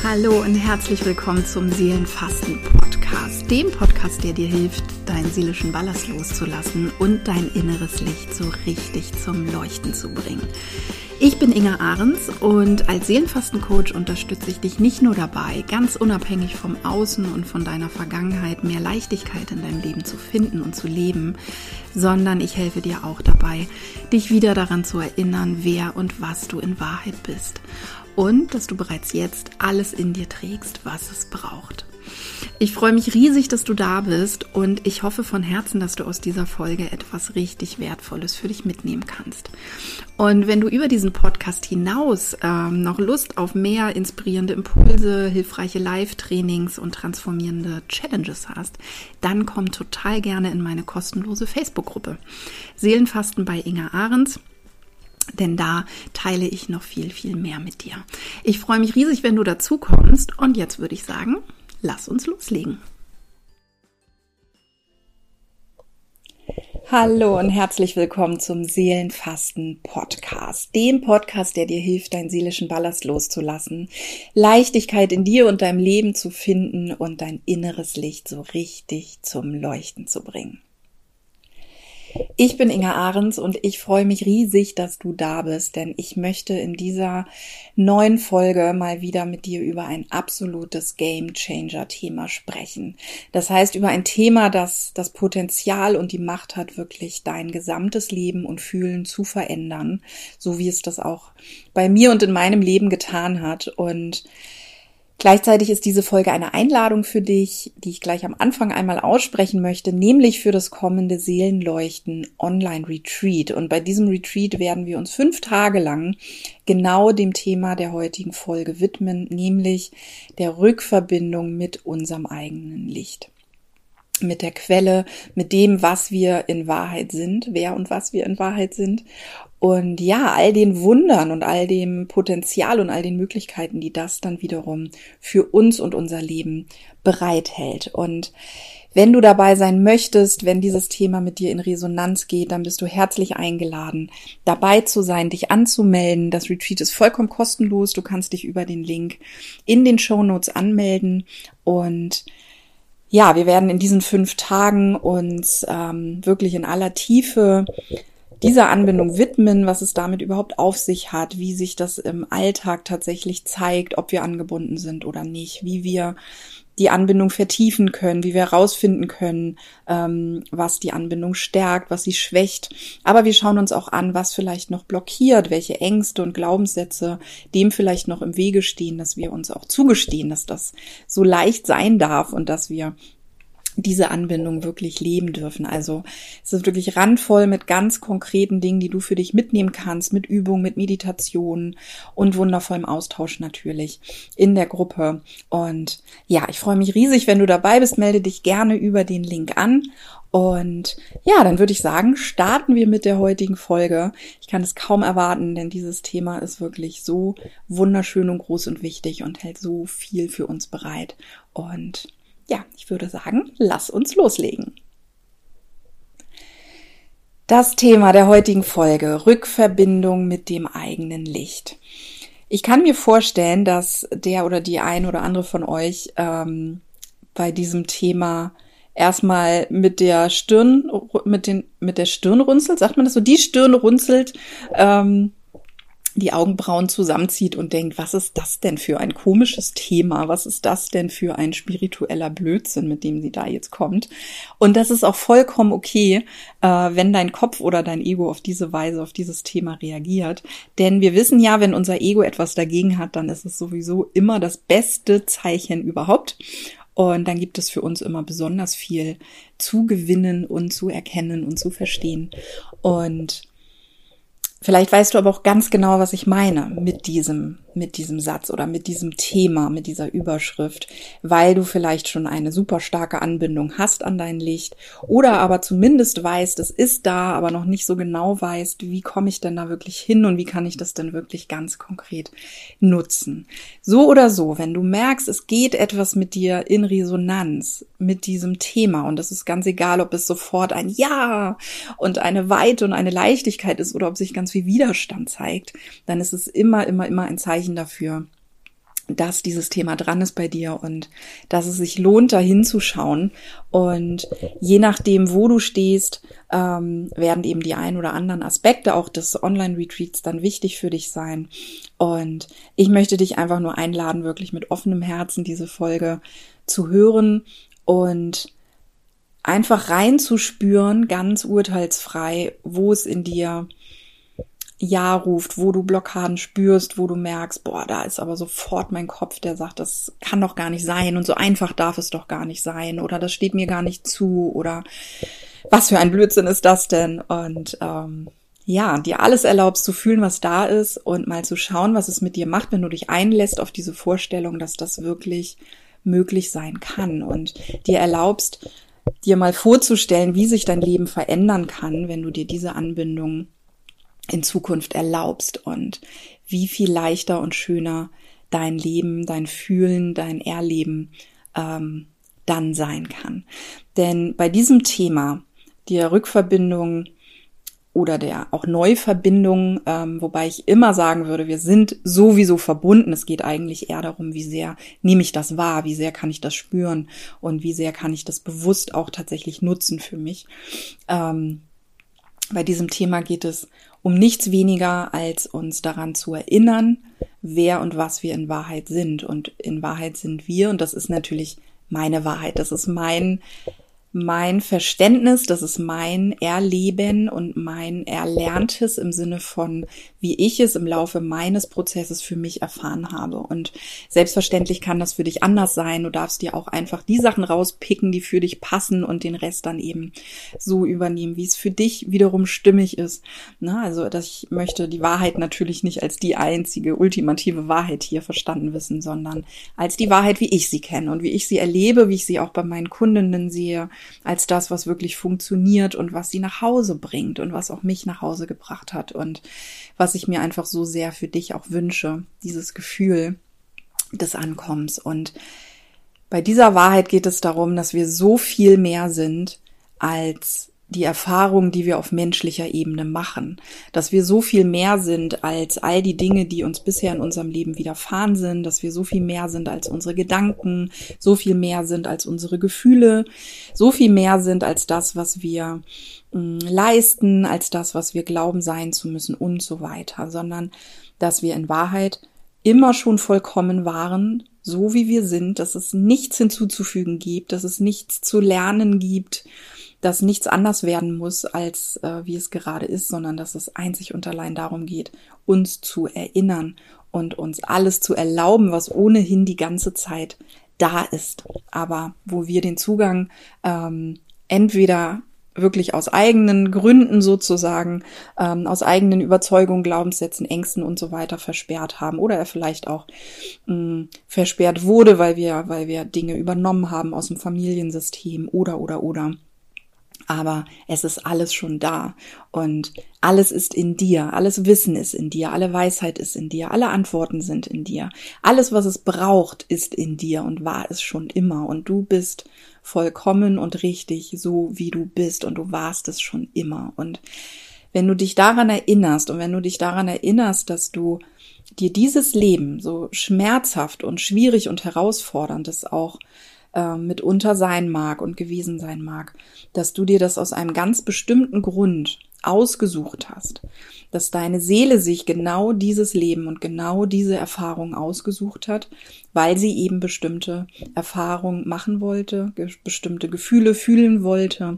Hallo und herzlich willkommen zum Seelenfasten-Podcast, dem Podcast, der dir hilft, deinen seelischen Ballast loszulassen und dein inneres Licht so richtig zum Leuchten zu bringen. Ich bin Inga Ahrens und als Seelenfasten-Coach unterstütze ich dich nicht nur dabei, ganz unabhängig vom Außen und von deiner Vergangenheit mehr Leichtigkeit in deinem Leben zu finden und zu leben, sondern ich helfe dir auch dabei, dich wieder daran zu erinnern, wer und was du in Wahrheit bist. Und dass du bereits jetzt alles in dir trägst, was es braucht. Ich freue mich riesig, dass du da bist und ich hoffe von Herzen, dass du aus dieser Folge etwas richtig Wertvolles für dich mitnehmen kannst. Und wenn du über diesen Podcast hinaus noch Lust auf mehr inspirierende Impulse, hilfreiche Live-Trainings und transformierende Challenges hast, dann komm total gerne in meine kostenlose Facebook-Gruppe Seelenfasten bei Inga Ahrens. Denn da teile ich noch viel, viel mehr mit dir. Ich freue mich riesig, wenn du dazu kommst. Und jetzt würde ich sagen, lass uns loslegen. Hallo und herzlich willkommen zum Seelenfasten-Podcast. Dem Podcast, der dir hilft, deinen seelischen Ballast loszulassen, Leichtigkeit in dir und deinem Leben zu finden und dein inneres Licht so richtig zum Leuchten zu bringen. Ich bin Inga Ahrens und ich freue mich riesig, dass du da bist, denn ich möchte in dieser neuen Folge mal wieder mit dir über ein absolutes Game-Changer-Thema sprechen. Das heißt, über ein Thema, das das Potenzial und die Macht hat, wirklich dein gesamtes Leben und Fühlen zu verändern, so wie es das auch bei mir und in meinem Leben getan hat. Und gleichzeitig ist diese Folge eine Einladung für dich, die ich gleich am Anfang einmal aussprechen möchte, nämlich für das kommende Seelenleuchten Online Retreat. Und bei diesem Retreat werden wir uns 5 Tage lang genau dem Thema der heutigen Folge widmen, nämlich der Rückverbindung mit unserem eigenen Licht. Mit der Quelle, mit dem, was wir in Wahrheit sind, wer und was wir in Wahrheit sind. Und ja, all den Wundern und all dem Potenzial und all den Möglichkeiten, die das dann wiederum für uns und unser Leben bereithält. Und wenn du dabei sein möchtest, wenn dieses Thema mit dir in Resonanz geht, dann bist du herzlich eingeladen, dabei zu sein, dich anzumelden. Das Retreat ist vollkommen kostenlos. Du kannst dich über den Link in den Shownotes anmelden. Und ja, wir werden in diesen 5 Tagen uns wirklich in aller Tiefe dieser Anbindung widmen, was es damit überhaupt auf sich hat, wie sich das im Alltag tatsächlich zeigt, ob wir angebunden sind oder nicht, wie wir die Anbindung vertiefen können, wie wir herausfinden können, was die Anbindung stärkt, was sie schwächt. Aber wir schauen uns auch an, was vielleicht noch blockiert, welche Ängste und Glaubenssätze dem vielleicht noch im Wege stehen, dass wir uns auch zugestehen, dass das so leicht sein darf und dass wir diese Anbindung wirklich leben dürfen. Also es ist wirklich randvoll mit ganz konkreten Dingen, die du für dich mitnehmen kannst, mit Übung, mit Meditation und wundervollem Austausch natürlich in der Gruppe. Und ja, ich freue mich riesig, wenn du dabei bist. Melde dich gerne über den Link an. Und ja, dann würde ich sagen, starten wir mit der heutigen Folge. Ich kann es kaum erwarten, denn dieses Thema ist wirklich so wunderschön und groß und wichtig und hält so viel für uns bereit. Und ja, ich würde sagen, lass uns loslegen. Das Thema der heutigen Folge: Rückverbindung mit dem eigenen Licht. Ich kann mir vorstellen, dass der oder die ein oder andere von euch bei diesem Thema erstmal mit der Stirn runzelt, sagt man das so, die Stirn runzelt, die Augenbrauen zusammenzieht und denkt, was ist das denn für ein komisches Thema? Was ist das denn für ein spiritueller Blödsinn, mit dem sie da jetzt kommt? Und das ist auch vollkommen okay, wenn dein Kopf oder dein Ego auf diese Weise, auf dieses Thema reagiert. Denn wir wissen ja, wenn unser Ego etwas dagegen hat, dann ist es sowieso immer das beste Zeichen überhaupt. Und dann gibt es für uns immer besonders viel zu gewinnen und zu erkennen und zu verstehen. Und vielleicht weißt du aber auch ganz genau, was ich meine mit diesem Satz oder mit diesem Thema, mit dieser Überschrift, weil du vielleicht schon eine super starke Anbindung hast an dein Licht oder aber zumindest weißt, es ist da, aber noch nicht so genau weißt, wie komme ich denn da wirklich hin und wie kann ich das denn wirklich ganz konkret nutzen. So oder so, wenn du merkst, es geht etwas mit dir in Resonanz mit diesem Thema und es ist ganz egal, ob es sofort ein Ja und eine Weite und eine Leichtigkeit ist oder ob sich ganz viel Widerstand zeigt, dann ist es immer ein Zeichen dafür, dass dieses Thema dran ist bei dir und dass es sich lohnt, da hinzuschauen. Und je nachdem, wo du stehst, werden eben die ein oder anderen Aspekte auch des Online-Retreats dann wichtig für dich sein. Und ich möchte dich einfach nur einladen, wirklich mit offenem Herzen diese Folge zu hören und einfach reinzuspüren, ganz urteilsfrei, wo es in dir Ja ruft, wo du Blockaden spürst, wo du merkst, boah, da ist aber sofort mein Kopf, der sagt, das kann doch gar nicht sein und so einfach darf es doch gar nicht sein oder das steht mir gar nicht zu oder was für ein Blödsinn ist das denn? Und dir alles erlaubst zu fühlen, was da ist und mal zu schauen, was es mit dir macht, wenn du dich einlässt auf diese Vorstellung, dass das wirklich möglich sein kann und dir erlaubst, dir mal vorzustellen, wie sich dein Leben verändern kann, wenn du dir diese Anbindung in Zukunft erlaubst und wie viel leichter und schöner dein Leben, dein Fühlen, dein Erleben dann sein kann. Denn bei diesem Thema, der Rückverbindung oder der auch Neuverbindung, wobei ich immer sagen würde, wir sind sowieso verbunden. Es geht eigentlich eher darum, wie sehr nehme ich das wahr, wie sehr kann ich das spüren und wie sehr kann ich das bewusst auch tatsächlich nutzen für mich. Bei diesem Thema geht es um nichts weniger, als uns daran zu erinnern, wer und was wir in Wahrheit sind. Und in Wahrheit sind wir, und das ist natürlich meine Wahrheit, das ist mein Verständnis, das ist mein Erleben und mein Erlerntes im Sinne von, wie ich es im Laufe meines Prozesses für mich erfahren habe. Und selbstverständlich kann das für dich anders sein. Du darfst dir auch einfach die Sachen rauspicken, die für dich passen und den Rest dann eben so übernehmen, wie es für dich wiederum stimmig ist. Also ich möchte die Wahrheit natürlich nicht als die einzige ultimative Wahrheit hier verstanden wissen, sondern als die Wahrheit, wie ich sie kenne und wie ich sie erlebe, wie ich sie auch bei meinen Kundinnen sehe, als das, was wirklich funktioniert und was sie nach Hause bringt und was auch mich nach Hause gebracht hat und was ich mir einfach so sehr für dich auch wünsche, dieses Gefühl des Ankommens. Und bei dieser Wahrheit geht es darum, dass wir so viel mehr sind als die Erfahrungen, die wir auf menschlicher Ebene machen, dass wir so viel mehr sind als all die Dinge, die uns bisher in unserem Leben widerfahren sind, dass wir so viel mehr sind als unsere Gedanken, so viel mehr sind als unsere Gefühle, so viel mehr sind als das, was wir leisten, als das, was wir glauben sein zu müssen und so weiter, sondern dass wir in Wahrheit immer schon vollkommen waren, so wie wir sind, dass es nichts hinzuzufügen gibt, dass es nichts zu lernen gibt, dass nichts anders werden muss, als wie es gerade ist, sondern dass es einzig und allein darum geht, uns zu erinnern und uns alles zu erlauben, was ohnehin die ganze Zeit da ist. Aber wo wir den Zugang entweder wirklich aus eigenen Gründen sozusagen, aus eigenen Überzeugungen, Glaubenssätzen, Ängsten und so weiter versperrt haben oder er vielleicht auch versperrt wurde, weil wir Dinge übernommen haben aus dem Familiensystem oder. Aber es ist alles schon da und alles ist in dir, alles Wissen ist in dir, alle Weisheit ist in dir, alle Antworten sind in dir. Alles, was es braucht, ist in dir und war es schon immer. Und du bist vollkommen und richtig, so wie du bist und du warst es schon immer. Und wenn du dich daran erinnerst und wenn du dich daran erinnerst, dass du dir dieses Leben, so schmerzhaft und schwierig und herausfordernd es auch mitunter sein mag und gewesen sein mag, dass du dir das aus einem ganz bestimmten Grund ausgesucht hast, dass deine Seele sich genau dieses Leben und genau diese Erfahrung ausgesucht hat, weil sie eben bestimmte Erfahrungen machen wollte, bestimmte Gefühle fühlen wollte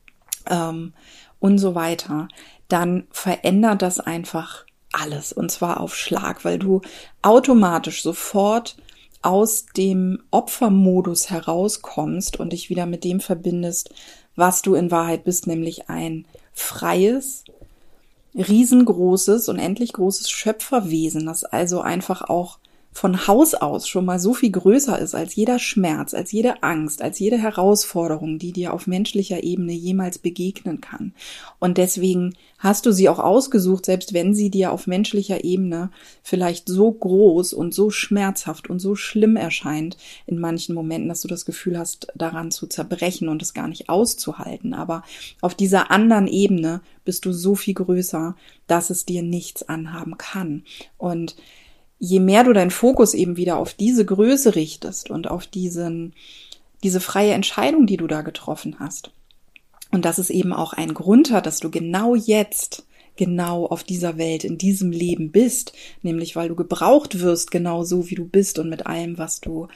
und so weiter, dann verändert das einfach alles und zwar auf Schlag, weil du automatisch sofort aus dem Opfermodus herauskommst und dich wieder mit dem verbindest, was du in Wahrheit bist, nämlich ein freies, riesengroßes, unendlich großes Schöpferwesen, das also einfach auch von Haus aus schon mal so viel größer ist als jeder Schmerz, als jede Angst, als jede Herausforderung, die dir auf menschlicher Ebene jemals begegnen kann. Und deswegen hast du sie auch ausgesucht, selbst wenn sie dir auf menschlicher Ebene vielleicht so groß und so schmerzhaft und so schlimm erscheint in manchen Momenten, dass du das Gefühl hast, daran zu zerbrechen und es gar nicht auszuhalten. Aber auf dieser anderen Ebene bist du so viel größer, dass es dir nichts anhaben kann. Und je mehr du deinen Fokus eben wieder auf diese Größe richtest und auf diese freie Entscheidung, die du da getroffen hast, und dass es eben auch einen Grund hat, dass du genau jetzt, genau auf dieser Welt, in diesem Leben bist, nämlich weil du gebraucht wirst, genau so wie du bist und mit allem, was du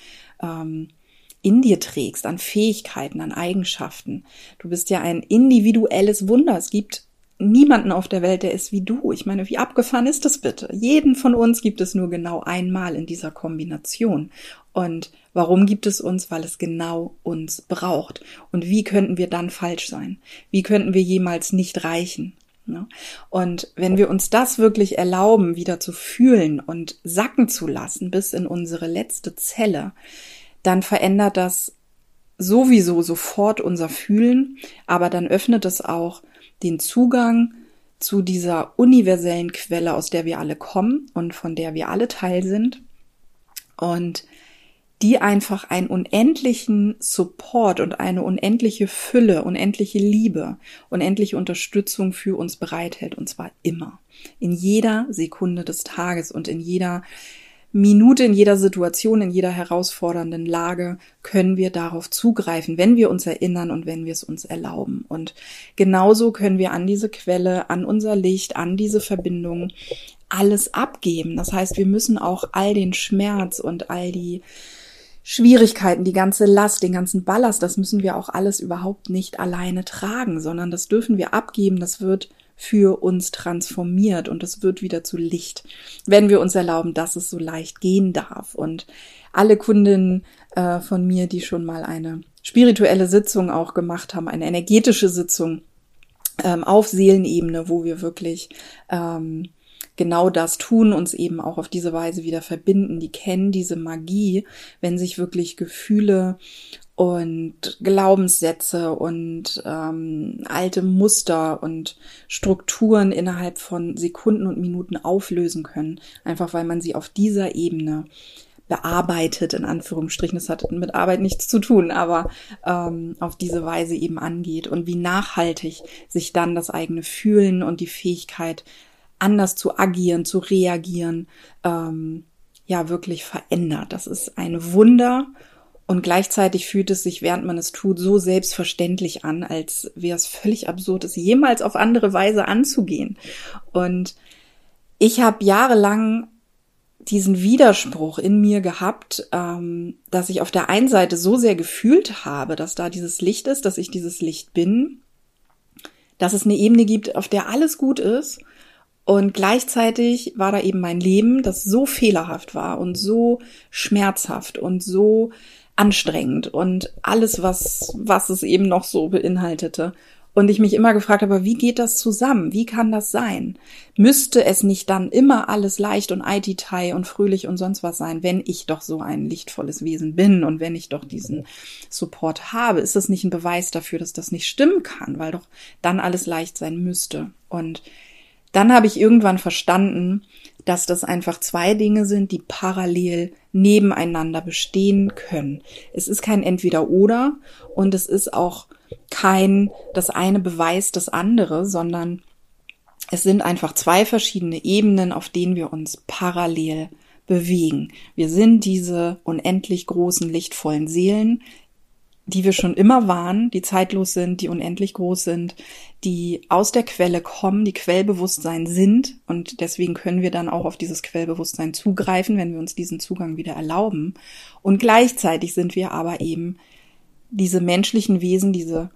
in dir trägst, an Fähigkeiten, an Eigenschaften. Du bist ja ein individuelles Wunder. Es gibt niemanden auf der Welt, der ist wie du. Ich meine, wie abgefahren ist das bitte? Jeden von uns gibt es nur genau einmal in dieser Kombination. Und warum gibt es uns? Weil es genau uns braucht. Und wie könnten wir dann falsch sein? Wie könnten wir jemals nicht reichen? Und wenn wir uns das wirklich erlauben, wieder zu fühlen und sacken zu lassen bis in unsere letzte Zelle, dann verändert das sowieso sofort unser Fühlen, aber dann öffnet es auch den Zugang zu dieser universellen Quelle, aus der wir alle kommen und von der wir alle Teil sind, und die einfach einen unendlichen Support und eine unendliche Fülle, unendliche Liebe, unendliche Unterstützung für uns bereithält, und zwar immer, in jeder Sekunde des Tages und in jeder Minute, in jeder Situation, in jeder herausfordernden Lage können wir darauf zugreifen, wenn wir uns erinnern und wenn wir es uns erlauben. Und genauso können wir an diese Quelle, an unser Licht, an diese Verbindung alles abgeben. Das heißt, wir müssen auch all den Schmerz und all die Schwierigkeiten, die ganze Last, den ganzen Ballast, das müssen wir auch alles überhaupt nicht alleine tragen, sondern das dürfen wir abgeben, das wird für uns transformiert und es wird wieder zu Licht, wenn wir uns erlauben, dass es so leicht gehen darf. Und alle Kundinnen von mir, die schon mal eine spirituelle Sitzung auch gemacht haben, eine energetische Sitzung auf Seelenebene, wo wir wirklich genau das tun, uns eben auch auf diese Weise wieder verbinden, die kennen diese Magie, wenn sich wirklich Gefühle und Glaubenssätze und alte Muster und Strukturen innerhalb von Sekunden und Minuten auflösen können, einfach weil man sie auf dieser Ebene bearbeitet, in Anführungsstrichen. Das hat mit Arbeit nichts zu tun, aber auf diese Weise eben angeht, und wie nachhaltig sich dann das eigene Fühlen und die Fähigkeit, anders zu agieren, zu reagieren, wirklich verändert. Das ist ein Wunder. Und gleichzeitig fühlt es sich, während man es tut, so selbstverständlich an, als wäre es völlig absurd, es jemals auf andere Weise anzugehen. Und ich habe jahrelang diesen Widerspruch in mir gehabt, dass ich auf der einen Seite so sehr gefühlt habe, dass da dieses Licht ist, dass ich dieses Licht bin, dass es eine Ebene gibt, auf der alles gut ist. Und gleichzeitig war da eben mein Leben, das so fehlerhaft war und so schmerzhaft und so anstrengend und alles, was es eben noch so beinhaltete. Und ich mich immer gefragt habe, wie geht das zusammen? Wie kann das sein? Müsste es nicht dann immer alles leicht und Ai-Ti-Tai und fröhlich und sonst was sein, wenn ich doch so ein lichtvolles Wesen bin und wenn ich doch diesen Support habe? Ist das nicht ein Beweis dafür, dass das nicht stimmen kann, weil doch dann alles leicht sein müsste? Und dann habe ich irgendwann verstanden, dass das einfach zwei Dinge sind, die parallel nebeneinander bestehen können. Es ist kein Entweder-Oder und es ist auch kein, das eine beweist das andere, sondern es sind einfach zwei verschiedene Ebenen, auf denen wir uns parallel bewegen. Wir sind diese unendlich großen, lichtvollen Seelen, die wir schon immer waren, die zeitlos sind, die unendlich groß sind, die aus der Quelle kommen, die Quellbewusstsein sind, und deswegen können wir dann auch auf dieses Quellbewusstsein zugreifen, wenn wir uns diesen Zugang wieder erlauben. Und gleichzeitig sind wir aber eben diese menschlichen Wesen, diese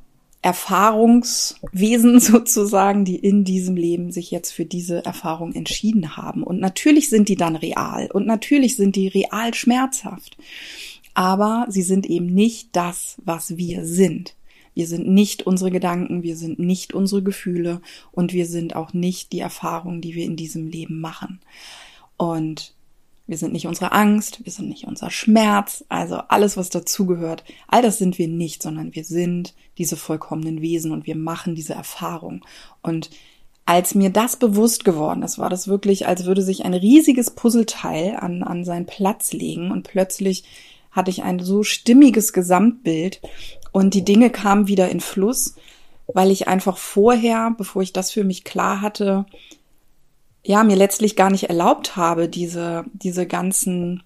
Erfahrungswesen sozusagen, die in diesem Leben sich jetzt für diese Erfahrung entschieden haben. Und natürlich sind die dann real und natürlich sind die real schmerzhaft. Aber sie sind eben nicht das, was wir sind. Wir sind nicht unsere Gedanken, wir sind nicht unsere Gefühle und wir sind auch nicht die Erfahrungen, die wir in diesem Leben machen. Und wir sind nicht unsere Angst, wir sind nicht unser Schmerz, also alles, was dazugehört. All das sind wir nicht, sondern wir sind diese vollkommenen Wesen und wir machen diese Erfahrung. Und als mir das bewusst geworden ist, war das wirklich, als würde sich ein riesiges Puzzleteil an seinen Platz legen und plötzlich hatte ich ein so stimmiges Gesamtbild und die Dinge kamen wieder in Fluss, weil ich einfach vorher, bevor ich das für mich klar hatte, mir letztlich gar nicht erlaubt habe, diese ganzen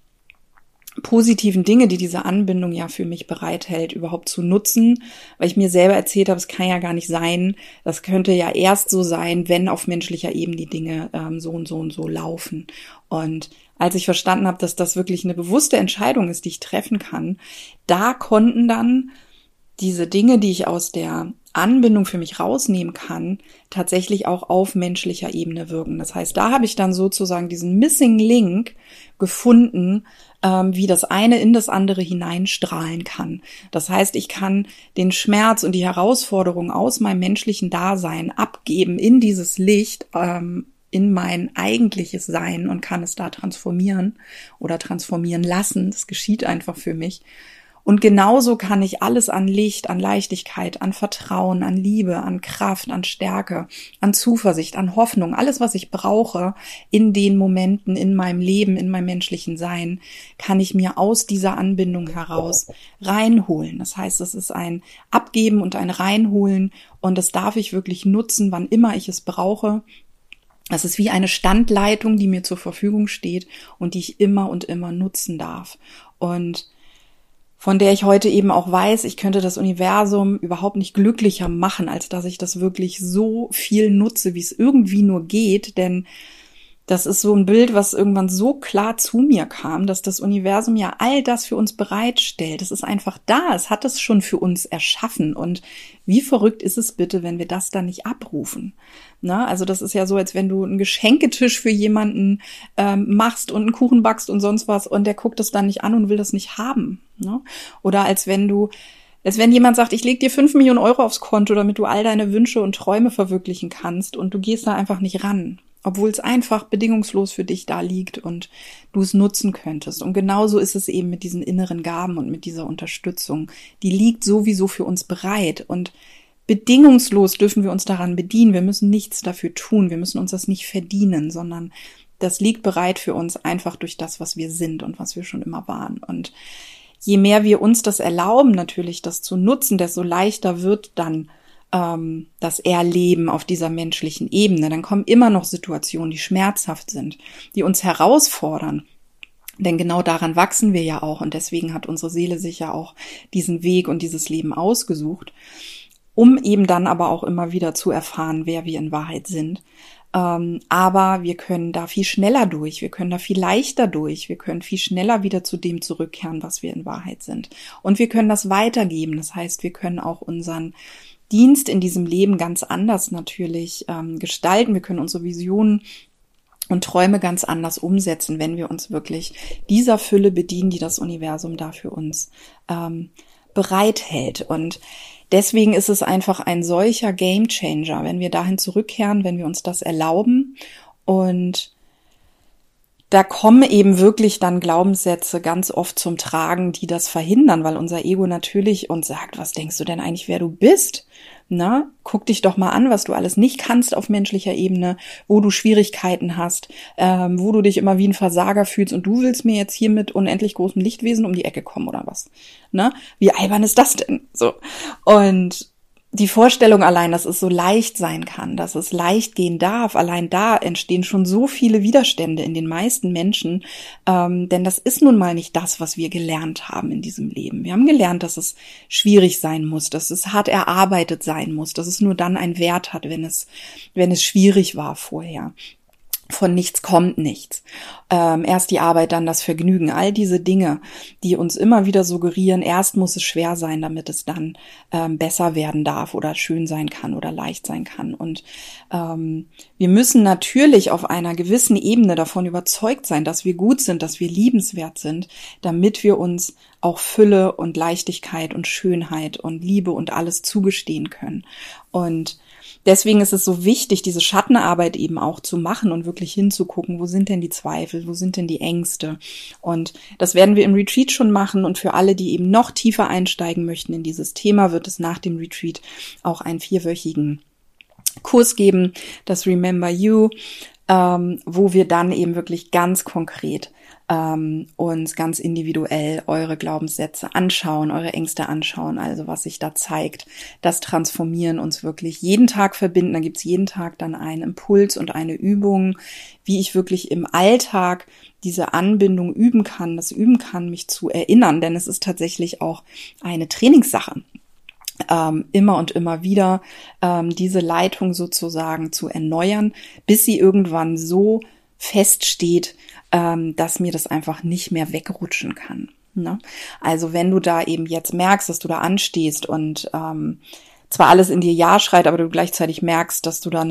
positiven Dinge, die diese Anbindung ja für mich bereithält, überhaupt zu nutzen, weil ich mir selber erzählt habe, es kann ja gar nicht sein, das könnte ja erst so sein, wenn auf menschlicher Ebene die Dinge so und so und so laufen. Und als ich verstanden habe, dass das wirklich eine bewusste Entscheidung ist, die ich treffen kann, da konnten dann diese Dinge, die ich aus der Anbindung für mich rausnehmen kann, tatsächlich auch auf menschlicher Ebene wirken. Das heißt, da habe ich dann sozusagen diesen Missing Link gefunden, wie das eine in das andere hineinstrahlen kann. Das heißt, ich kann den Schmerz und die Herausforderung aus meinem menschlichen Dasein abgeben in dieses Licht, in mein eigentliches Sein und kann es da transformieren oder transformieren lassen. Das geschieht einfach für mich. Und genauso kann ich alles an Licht, an Leichtigkeit, an Vertrauen, an Liebe, an Kraft, an Stärke, an Zuversicht, an Hoffnung, alles, was ich brauche in den Momenten in meinem Leben, in meinem menschlichen Sein, kann ich mir aus dieser Anbindung heraus reinholen. Das heißt, es ist ein Abgeben und ein Reinholen und das darf ich wirklich nutzen, wann immer ich es brauche. Das ist wie eine Standleitung, die mir zur Verfügung steht und die ich immer und immer nutzen darf. Und von der ich heute eben auch weiß, ich könnte das Universum überhaupt nicht glücklicher machen, als dass ich das wirklich so viel nutze, wie es irgendwie nur geht, denn das ist so ein Bild, was irgendwann so klar zu mir kam, dass das Universum ja all das für uns bereitstellt. Es ist einfach da, es hat es schon für uns erschaffen. Und wie verrückt ist es bitte, wenn wir das dann nicht abrufen? Na, also das ist ja so, als wenn du einen Geschenketisch für jemanden machst und einen Kuchen backst und sonst was und der guckt es dann nicht an und will das nicht haben. Ne? Oder als wenn jemand sagt, ich leg dir 5 Millionen Euro aufs Konto, damit du all deine Wünsche und Träume verwirklichen kannst und du gehst da einfach nicht ran. Obwohl es einfach bedingungslos für dich da liegt und du es nutzen könntest. Und genauso ist es eben mit diesen inneren Gaben und mit dieser Unterstützung. Die liegt sowieso für uns bereit und bedingungslos dürfen wir uns daran bedienen. Wir müssen nichts dafür tun. Wir müssen uns das nicht verdienen, sondern das liegt bereit für uns einfach durch das, was wir sind und was wir schon immer waren. Und je mehr wir uns das erlauben, natürlich das zu nutzen, desto leichter wird dann das Erleben auf dieser menschlichen Ebene. Dann kommen immer noch Situationen, die schmerzhaft sind, die uns herausfordern. Denn genau daran wachsen wir ja auch und deswegen hat unsere Seele sich ja auch diesen Weg und dieses Leben ausgesucht, um eben dann aber auch immer wieder zu erfahren, wer wir in Wahrheit sind. Aber wir können da viel schneller durch, wir können da viel leichter durch, wir können viel schneller wieder zu dem zurückkehren, was wir in Wahrheit sind. Und wir können das weitergeben. Das heißt, wir können auch unseren Dienst in diesem Leben ganz anders natürlich gestalten. Wir können unsere Visionen und Träume ganz anders umsetzen, wenn wir uns wirklich dieser Fülle bedienen, die das Universum da für uns bereithält. Und deswegen ist es einfach ein solcher Gamechanger, wenn wir dahin zurückkehren, wenn wir uns das erlauben. Und da kommen eben wirklich dann Glaubenssätze ganz oft zum Tragen, die das verhindern, weil unser Ego natürlich uns sagt, was denkst du denn eigentlich, wer du bist? Na, guck dich doch mal an, was du alles nicht kannst auf menschlicher Ebene, wo du Schwierigkeiten hast, wo du dich immer wie ein Versager fühlst und du willst mir jetzt hier mit unendlich großem Lichtwesen um die Ecke kommen oder was? Na, wie albern ist das denn? So. Und die Vorstellung allein, dass es so leicht sein kann, dass es leicht gehen darf, allein da entstehen schon so viele Widerstände in den meisten Menschen, denn das ist nun mal nicht das, was wir gelernt haben in diesem Leben. Wir haben gelernt, dass es schwierig sein muss, dass es hart erarbeitet sein muss, dass es nur dann einen Wert hat, wenn es schwierig war vorher. Von nichts kommt nichts. Erst die Arbeit, dann das Vergnügen. All diese Dinge, die uns immer wieder suggerieren, erst muss es schwer sein, damit es dann besser werden darf oder schön sein kann oder leicht sein kann. Und wir müssen natürlich auf einer gewissen Ebene davon überzeugt sein, dass wir gut sind, dass wir liebenswert sind, damit wir uns auch Fülle und Leichtigkeit und Schönheit und Liebe und alles zugestehen können. Und deswegen ist es so wichtig, diese Schattenarbeit eben auch zu machen und wirklich hinzugucken, wo sind denn die Zweifel, wo sind denn die Ängste. Und das werden wir im Retreat schon machen und für alle, die eben noch tiefer einsteigen möchten in dieses Thema, wird es nach dem Retreat auch einen 4-wöchigen Kurs geben, das Remember You, wo wir dann eben wirklich ganz konkret und ganz individuell eure Glaubenssätze anschauen, eure Ängste anschauen, also was sich da zeigt, das transformieren, uns wirklich jeden Tag verbinden. Da gibt's jeden Tag dann einen Impuls und eine Übung, wie ich wirklich im Alltag diese Anbindung üben kann, mich zu erinnern, denn es ist tatsächlich auch eine Trainingssache. Immer und immer wieder diese Leitung sozusagen zu erneuern, bis sie irgendwann so feststeht, dass mir das einfach nicht mehr wegrutschen kann. Ne? Also wenn du da eben jetzt merkst, dass du da anstehst und zwar alles in dir Ja schreit, aber du gleichzeitig merkst, dass du da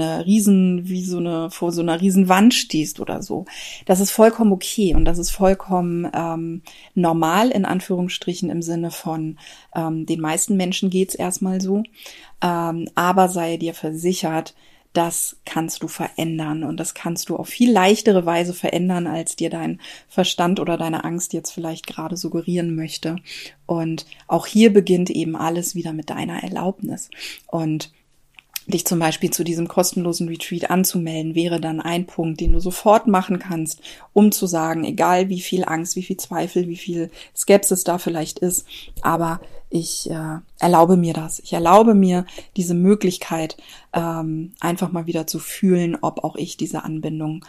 vor so einer riesen Wand stehst oder so. Das ist vollkommen okay und das ist vollkommen normal, in Anführungsstrichen, im Sinne von den meisten Menschen geht's erstmal so. Aber sei dir versichert, das kannst du verändern und das kannst du auf viel leichtere Weise verändern, als dir dein Verstand oder deine Angst jetzt vielleicht gerade suggerieren möchte. Und auch hier beginnt eben alles wieder mit deiner Erlaubnis. Und dich zum Beispiel zu diesem kostenlosen Retreat anzumelden, wäre dann ein Punkt, den du sofort machen kannst, um zu sagen, egal wie viel Angst, wie viel Zweifel, wie viel Skepsis da vielleicht ist, aber ich erlaube mir das. Ich erlaube mir diese Möglichkeit, einfach mal wieder zu fühlen, ob auch ich diese Anbindung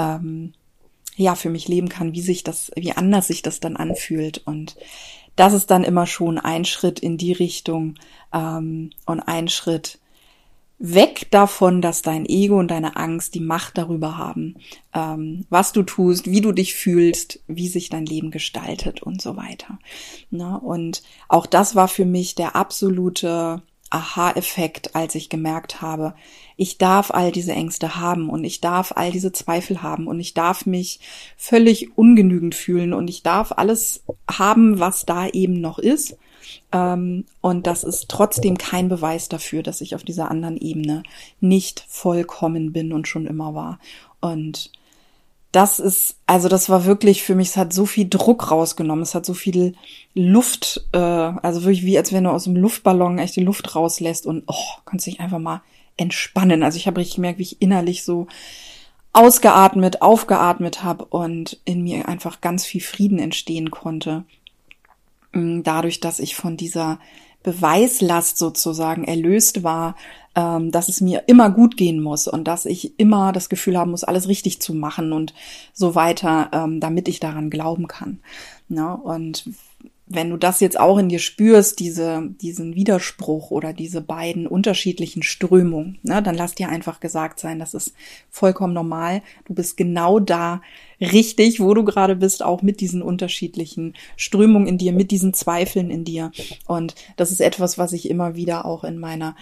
für mich leben kann, wie anders sich das dann anfühlt. Und das ist dann immer schon ein Schritt in die Richtung und ein Schritt weg davon, dass dein Ego und deine Angst die Macht darüber haben, was du tust, wie du dich fühlst, wie sich dein Leben gestaltet und so weiter. Na, und auch das war für mich der absolute Aha-Effekt, als ich gemerkt habe, ich darf all diese Ängste haben und ich darf all diese Zweifel haben und ich darf mich völlig ungenügend fühlen und ich darf alles haben, was da eben noch ist. Und das ist trotzdem kein Beweis dafür, dass ich auf dieser anderen Ebene nicht vollkommen bin und schon immer war. Und das war wirklich für mich, es hat so viel Druck rausgenommen, es hat so viel Luft, also wirklich wie als wenn du aus einem Luftballon echt die Luft rauslässt und kannst dich einfach mal entspannen. Also ich habe richtig gemerkt, wie ich innerlich so ausgeatmet, aufgeatmet habe und in mir einfach ganz viel Frieden entstehen konnte. Dadurch, dass ich von dieser Beweislast sozusagen erlöst war, dass es mir immer gut gehen muss und dass ich immer das Gefühl haben muss, alles richtig zu machen und so weiter, damit ich daran glauben kann. Ja, und wenn du das jetzt auch in dir spürst, diesen Widerspruch oder diese beiden unterschiedlichen Strömungen, ne, dann lass dir einfach gesagt sein, das ist vollkommen normal. Du bist genau da richtig, wo du gerade bist, auch mit diesen unterschiedlichen Strömungen in dir, mit diesen Zweifeln in dir. Und das ist etwas, was ich immer wieder auch in meiner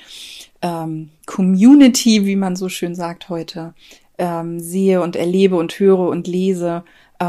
Community, wie man so schön sagt heute, sehe und erlebe und höre und lese,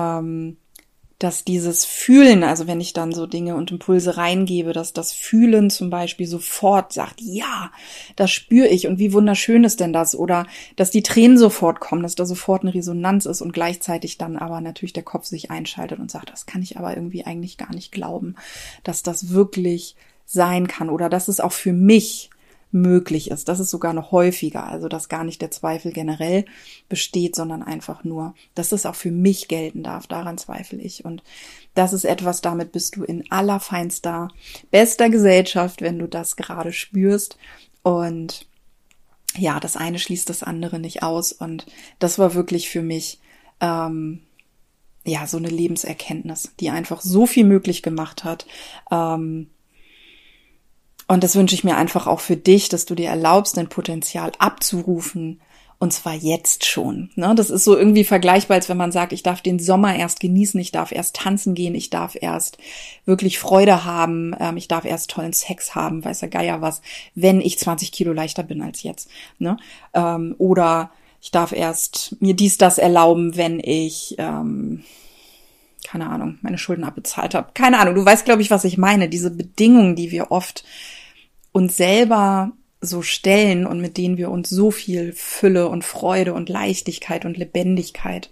dass dieses Fühlen, also wenn ich dann so Dinge und Impulse reingebe, dass das Fühlen zum Beispiel sofort sagt, ja, das spüre ich und wie wunderschön ist denn das? Oder dass die Tränen sofort kommen, dass da sofort eine Resonanz ist und gleichzeitig dann aber natürlich der Kopf sich einschaltet und sagt, das kann ich aber irgendwie eigentlich gar nicht glauben, dass das wirklich sein kann oder dass es auch für mich möglich ist. Das ist sogar noch häufiger, also dass gar nicht der Zweifel generell besteht, sondern einfach nur, dass es auch für mich gelten darf. Daran zweifle ich. Und das ist etwas, damit bist du in allerfeinster, bester Gesellschaft, wenn du das gerade spürst. Und ja, das eine schließt das andere nicht aus. Und das war wirklich für mich so eine Lebenserkenntnis, die einfach so viel möglich gemacht hat. Und das wünsche ich mir einfach auch für dich, dass du dir erlaubst, dein Potenzial abzurufen. Und zwar jetzt schon. Ne? Das ist so irgendwie vergleichbar, als wenn man sagt, ich darf den Sommer erst genießen, ich darf erst tanzen gehen, ich darf erst wirklich Freude haben, ich darf erst tollen Sex haben, weiß der Geier was, wenn ich 20 Kilo leichter bin als jetzt. Ne? Oder ich darf erst mir das erlauben, wenn ich keine Ahnung, meine Schulden abbezahlt habe. Keine Ahnung, du weißt, glaube ich, was ich meine. Diese Bedingungen, die wir oft uns selber so stellen und mit denen wir uns so viel Fülle und Freude und Leichtigkeit und Lebendigkeit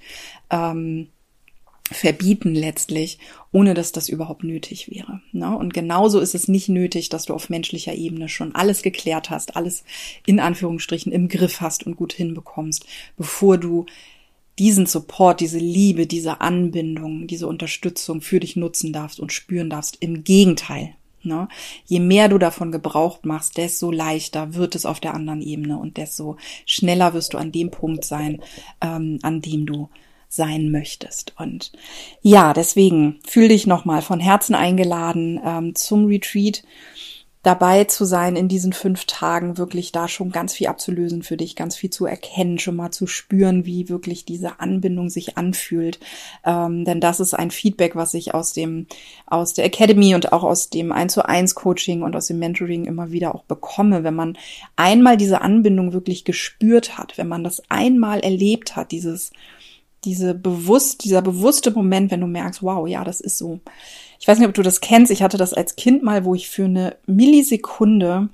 verbieten letztlich, ohne dass das überhaupt nötig wäre. Ne? Und genauso ist es nicht nötig, dass du auf menschlicher Ebene schon alles geklärt hast, alles in Anführungsstrichen im Griff hast und gut hinbekommst, bevor du diesen Support, diese Liebe, diese Anbindung, diese Unterstützung für dich nutzen darfst und spüren darfst. Im Gegenteil, ne? Je mehr du davon Gebrauch machst, desto leichter wird es auf der anderen Ebene und desto schneller wirst du an dem Punkt sein, an dem du sein möchtest. Und ja, deswegen fühl dich nochmal von Herzen eingeladen, zum Retreat dabei zu sein in diesen 5 Tagen, wirklich da schon ganz viel abzulösen für dich, ganz viel zu erkennen, schon mal zu spüren, wie wirklich diese Anbindung sich anfühlt. Denn das ist ein Feedback, was ich aus der Academy und auch aus dem 1:1 Coaching und aus dem Mentoring immer wieder auch bekomme. Wenn man einmal diese Anbindung wirklich gespürt hat, wenn man das einmal erlebt hat, dieser bewusste Moment, wenn du merkst, wow, ja, das ist so. Ich weiß nicht, ob du das kennst. Ich hatte das als Kind mal, wo ich für eine Millisekunde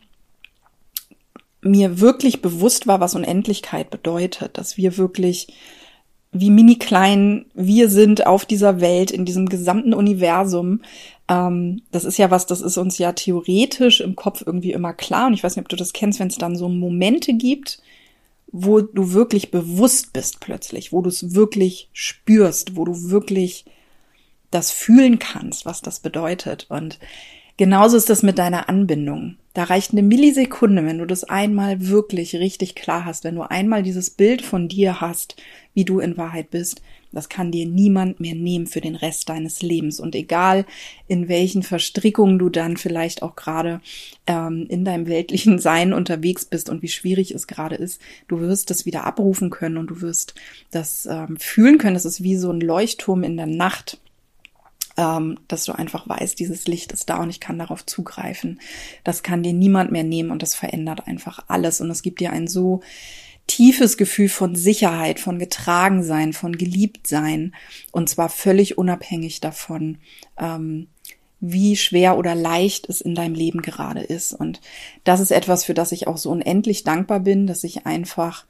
mir wirklich bewusst war, was Unendlichkeit bedeutet. Dass wir wirklich wie mini klein wir sind auf dieser Welt, in diesem gesamten Universum. Das ist ja was, das ist uns ja theoretisch im Kopf irgendwie immer klar. Und ich weiß nicht, ob du das kennst, wenn es dann so Momente gibt, wo du wirklich bewusst bist plötzlich, wo du es wirklich spürst, wo du wirklich das fühlen kannst, was das bedeutet. Und genauso ist das mit deiner Anbindung. Da reicht eine Millisekunde, wenn du das einmal wirklich richtig klar hast, wenn du einmal dieses Bild von dir hast, wie du in Wahrheit bist, das kann dir niemand mehr nehmen für den Rest deines Lebens. Und egal, in welchen Verstrickungen du dann vielleicht auch gerade in deinem weltlichen Sein unterwegs bist und wie schwierig es gerade ist, du wirst das wieder abrufen können und du wirst das fühlen können. Das ist wie so ein Leuchtturm in der Nacht, dass du einfach weißt, dieses Licht ist da und ich kann darauf zugreifen. Das kann dir niemand mehr nehmen und das verändert einfach alles. Und es gibt dir ein so tiefes Gefühl von Sicherheit, von Getragensein, von Geliebtsein. Und zwar völlig unabhängig davon, wie schwer oder leicht es in deinem Leben gerade ist. Und das ist etwas, für das ich auch so unendlich dankbar bin, dass ich einfach,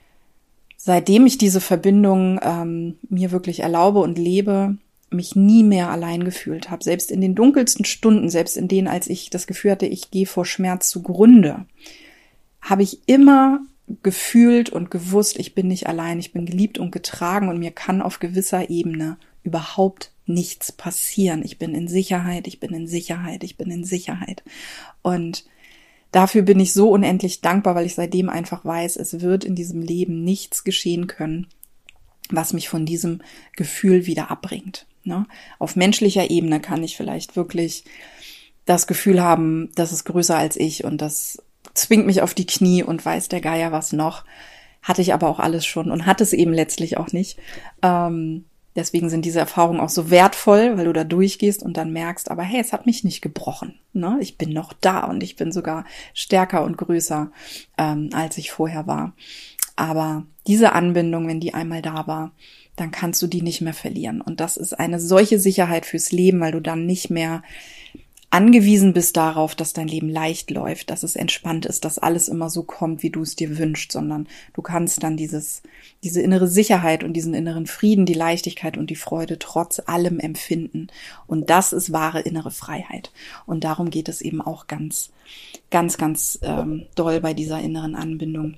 seitdem ich diese Verbindung mir wirklich erlaube und lebe, mich nie mehr allein gefühlt habe. Selbst in den dunkelsten Stunden, selbst in denen, als ich das Gefühl hatte, ich gehe vor Schmerz zugrunde, habe ich immer gefühlt und gewusst, ich bin nicht allein, ich bin geliebt und getragen und mir kann auf gewisser Ebene überhaupt nichts passieren. Ich bin in Sicherheit, ich bin in Sicherheit, ich bin in Sicherheit. Und dafür bin ich so unendlich dankbar, weil ich seitdem einfach weiß, es wird in diesem Leben nichts geschehen können, was mich von diesem Gefühl wieder abbringt. Ne? Auf menschlicher Ebene kann ich vielleicht wirklich das Gefühl haben, das ist größer als ich und das zwingt mich auf die Knie und weiß der Geier was noch. Hatte ich aber auch alles schon und hatte es eben letztlich auch nicht. Deswegen sind diese Erfahrungen auch so wertvoll, weil du da durchgehst und dann merkst, aber hey, es hat mich nicht gebrochen. Ne? Ich bin noch da und ich bin sogar stärker und größer, als ich vorher war. Aber diese Anbindung, wenn die einmal da war, dann kannst du die nicht mehr verlieren. Und das ist eine solche Sicherheit fürs Leben, weil du dann nicht mehr angewiesen bist darauf, dass dein Leben leicht läuft, dass es entspannt ist, dass alles immer so kommt, wie du es dir wünschst, sondern du kannst dann diese innere Sicherheit und diesen inneren Frieden, die Leichtigkeit und die Freude trotz allem empfinden. Und das ist wahre innere Freiheit. Und darum geht es eben auch ganz, ganz, ganz doll bei dieser inneren Anbindung.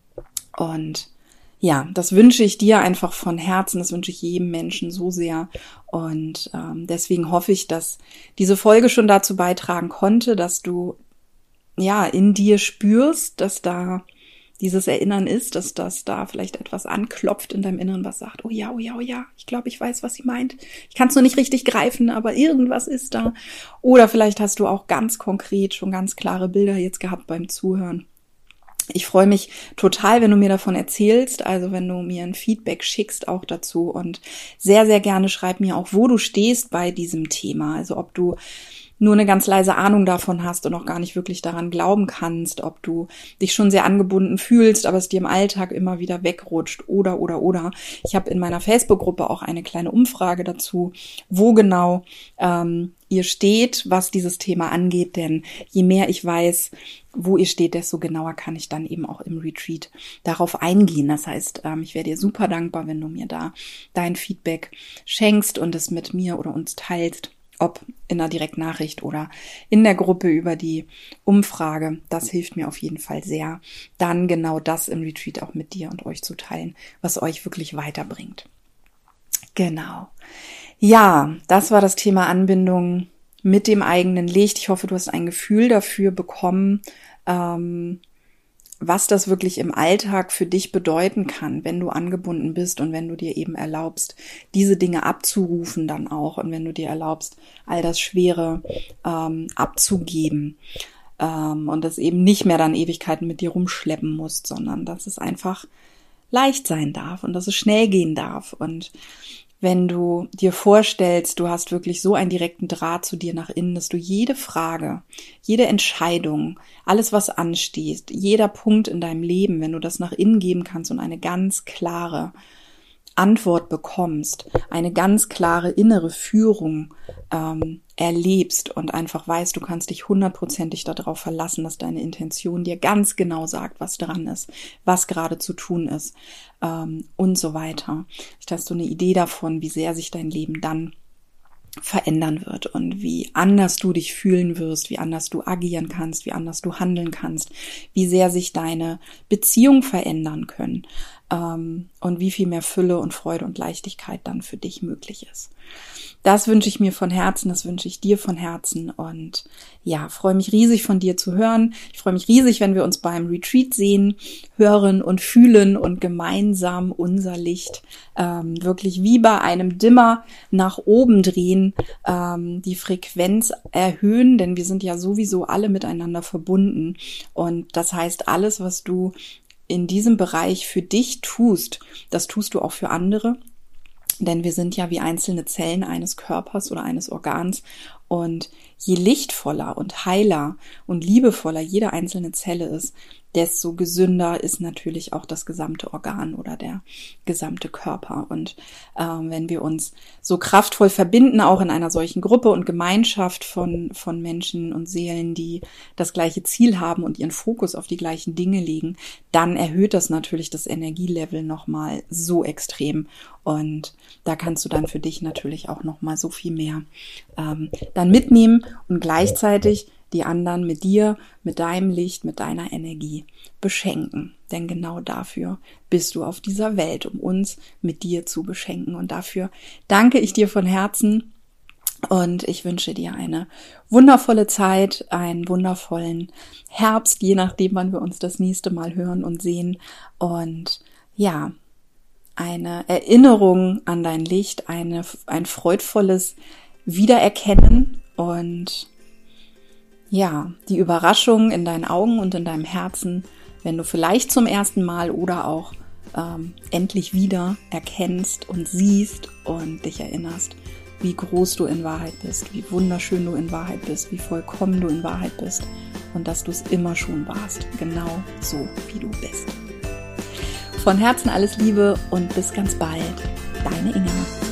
Und ja, das wünsche ich dir einfach von Herzen, das wünsche ich jedem Menschen so sehr und deswegen hoffe ich, dass diese Folge schon dazu beitragen konnte, dass du ja in dir spürst, dass da dieses Erinnern ist, dass das da vielleicht etwas anklopft in deinem Inneren, was sagt, oh ja, oh ja, oh ja, ich glaube, ich weiß, was sie meint. Ich kann es nur nicht richtig greifen, aber irgendwas ist da. Oder vielleicht hast du auch ganz konkret schon ganz klare Bilder jetzt gehabt beim Zuhören. Ich freue mich total, wenn du mir davon erzählst, also wenn du mir ein Feedback schickst auch dazu und sehr, sehr gerne schreib mir auch, wo du stehst bei diesem Thema, also ob du nur eine ganz leise Ahnung davon hast und auch gar nicht wirklich daran glauben kannst, ob du dich schon sehr angebunden fühlst, aber es dir im Alltag immer wieder wegrutscht oder. Ich habe in meiner Facebook-Gruppe auch eine kleine Umfrage dazu, wo genau ihr steht, was dieses Thema angeht, denn je mehr ich weiß, wo ihr steht, desto genauer kann ich dann eben auch im Retreat darauf eingehen. Das heißt, ich wäre dir super dankbar, wenn du mir da dein Feedback schenkst und es mit mir oder uns teilst. ob in einer Direktnachricht oder in der Gruppe über die Umfrage. Das hilft mir auf jeden Fall sehr, dann genau das im Retreat auch mit dir und euch zu teilen, was euch wirklich weiterbringt. Genau. Ja, das war das Thema Anbindung mit dem eigenen Licht. Ich hoffe, du hast ein Gefühl dafür bekommen, was das wirklich im Alltag für dich bedeuten kann, wenn du angebunden bist und wenn du dir eben erlaubst, diese Dinge abzurufen dann auch und wenn du dir erlaubst, all das Schwere abzugeben und das eben nicht mehr dann Ewigkeiten mit dir rumschleppen musst, sondern dass es einfach leicht sein darf und dass es schnell gehen darf. Und wenn du dir vorstellst, du hast wirklich so einen direkten Draht zu dir nach innen, dass du jede Frage, jede Entscheidung, alles was ansteht, jeder Punkt in deinem Leben, wenn du das nach innen geben kannst und eine ganz klare Antwort bekommst, eine ganz klare innere Führung erlebst und einfach weißt, du kannst dich 100%ig darauf verlassen, dass deine Intention dir ganz genau sagt, was dran ist, was gerade zu tun ist und so weiter. Vielleicht hast du eine Idee davon, wie sehr sich dein Leben dann verändern wird und wie anders du dich fühlen wirst, wie anders du agieren kannst, wie anders du handeln kannst, wie sehr sich deine Beziehungen verändern können und wie viel mehr Fülle und Freude und Leichtigkeit dann für dich möglich ist. Das wünsche ich mir von Herzen, das wünsche ich dir von Herzen und ja, freue mich riesig von dir zu hören. Ich freue mich riesig, wenn wir uns beim Retreat sehen, hören und fühlen und gemeinsam unser Licht wirklich wie bei einem Dimmer nach oben drehen, die Frequenz erhöhen, denn wir sind ja sowieso alle miteinander verbunden und das heißt, alles, was du in diesem Bereich für dich tust, das tust du auch für andere. Denn wir sind ja wie einzelne Zellen eines Körpers oder eines Organs und je lichtvoller und heiler und liebevoller jede einzelne Zelle ist, desto gesünder ist natürlich auch das gesamte Organ oder der gesamte Körper. Und wenn wir uns so kraftvoll verbinden, auch in einer solchen Gruppe und Gemeinschaft von Menschen und Seelen, die das gleiche Ziel haben und ihren Fokus auf die gleichen Dinge legen, dann erhöht das natürlich das Energielevel nochmal so extrem. Und da kannst du dann für dich natürlich auch nochmal so viel mehr dann mitnehmen und gleichzeitig die anderen mit dir, mit deinem Licht, mit deiner Energie beschenken. Denn genau dafür bist du auf dieser Welt, um uns mit dir zu beschenken. Und dafür danke ich dir von Herzen und ich wünsche dir eine wundervolle Zeit, einen wundervollen Herbst, je nachdem, wann wir uns das nächste Mal hören und sehen. Und ja, eine Erinnerung an dein Licht, ein freudvolles Wiedererkennen und ja, die Überraschung in deinen Augen und in deinem Herzen, wenn du vielleicht zum ersten Mal oder auch endlich wieder erkennst und siehst und dich erinnerst, wie groß du in Wahrheit bist, wie wunderschön du in Wahrheit bist, wie vollkommen du in Wahrheit bist und dass du es immer schon warst, genau so, wie du bist. Von Herzen alles Liebe und bis ganz bald, deine Inga.